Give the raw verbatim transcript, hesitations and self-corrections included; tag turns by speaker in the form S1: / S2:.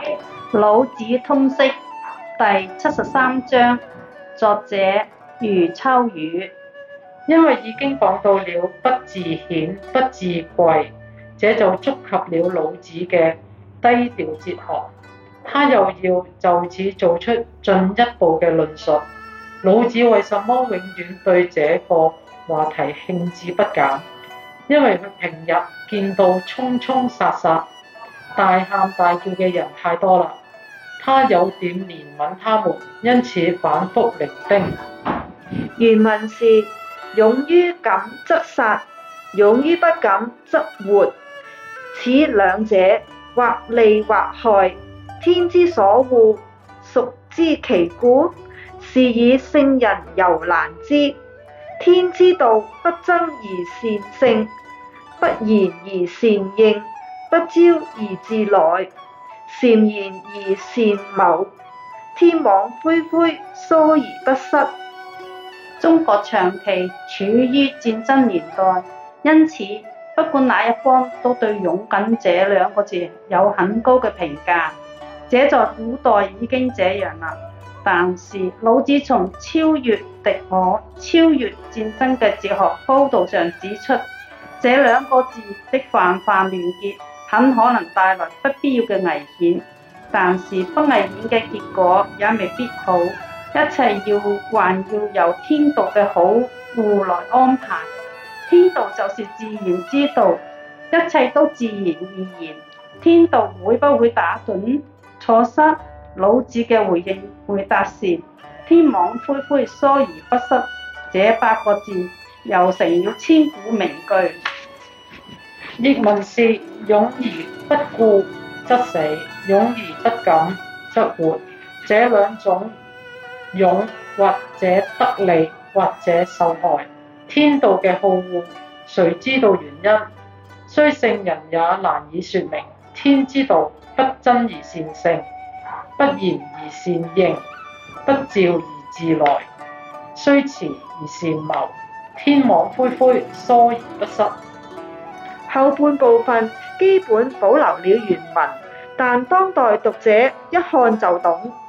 S1: 老子通釋第七十三章，作者余秋雨。
S2: 因為已經講到了不自顯、不自貴，這就觸及了老子嘅低調哲學。他又要就此做出進一步嘅論述。老子為什麼永遠對這個話題興致不減？因為佢平日見到沖沖殺殺、大喊大叫嘅人太多啦，他有點憐憫他們，因此反覆聆聽。
S3: 原文是：勇於敢則殺，勇於不敢則活。此兩者或利或害，天之所惡，孰知其故？是以聖人猶難之。天之道，不爭而善勝，不言而善應，不招而自來，善言而善謀。天網恢恢，疏而不失。
S1: 中國長期處於戰爭年代，因此不管哪一方都對勇敢這兩個字有很高嘅評價。這在古代已經這樣啦，但是老子從超越敵我、超越戰爭嘅哲學高度上指出，這兩個字的泛泛連結很可能帶來不必要嘅危險，但是不危險嘅結果也未必好。一切要還要由天道嘅好惡來安排。天道就是自然之道，一切都自然而然。天道會不會打盹錯失？老子嘅回應回答是：天網恢恢，疏而不失。這八個字又成了千古名句。
S2: 譯文是：勇而不顧則死，勇而不敢則活。這兩種勇或者得利，或者受害。天道嘅好惡，誰知道原因？雖聖人也難以說明。天之道，不爭而善勝，不言而善應，不召而自來，雖遲而善謀。天網恢恢，疏而不失。
S3: 後半部分基本保留了原文，但當代讀者一看就懂。